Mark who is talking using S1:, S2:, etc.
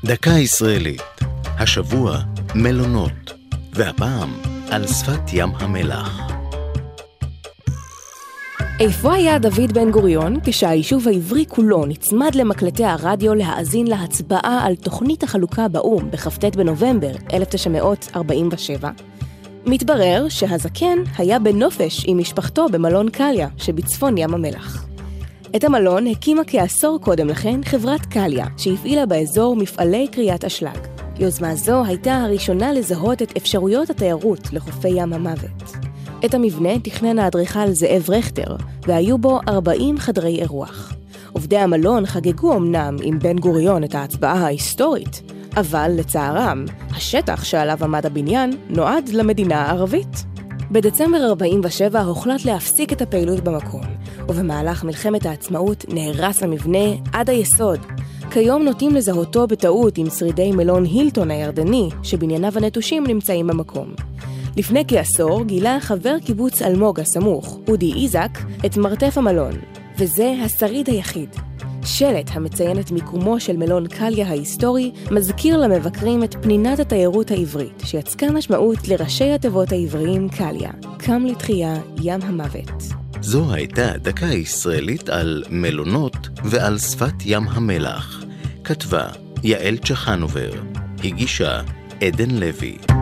S1: דקה ישראלית, השבוע מלונות, והפעם על שפת ים המלח.
S2: איפה היה דוד בן גוריון כשהיישוב העברי כולו נצמד למקלטי הרדיו להאזין להצבעה על תוכנית החלוקה באום בכ"ט בנובמבר 1947? מתברר שהזקן היה בנופש עם משפחתו במלון קליה שבצפון ים המלח. את המלון הקימה כעשור קודם לכן חברת קליה שהפעילה באזור מפעלי קריאת אשלג. יוזמה זו הייתה הראשונה לזהות את אפשרויות התיירות לחופי ים המוות. את המבנה תכנן האדריכל זאב רכטר, והיו בו 40 חדרי אירוח. עובדי המלון חגגו אמנם עם בן גוריון את ההצבעה ההיסטורית, אבל לצערם, השטח שעליו עמד הבניין נועד למדינה הערבית. בדצמבר 47 הוחלט להפסיק את הפעילות במקום, ובמהלך מלחמת העצמאות נהרס המבנה עד היסוד. כיום נוטים לזהותו בטעות עם שרידי מלון הילטון הירדני, שבנייניו הנטושים נמצאים במקום. לפני כעשור גילה חבר קיבוץ אלמוג הסמוך, אודי איזק, את מרתף המלון, וזה השריד היחיד. שלט המציין את מיקומו של מלון קליה ההיסטורי מזכיר למבקרים את פנינת התיירות העברית, שיצקה משמעות לראשי התיבות העבריים קליה, קם לתחייה ים המוות.
S1: זו הייתה דקה ישראלית על מלונות ועל שפת ים המלח. כתבה יעל צ'חנובר, הגישה עדן לוי.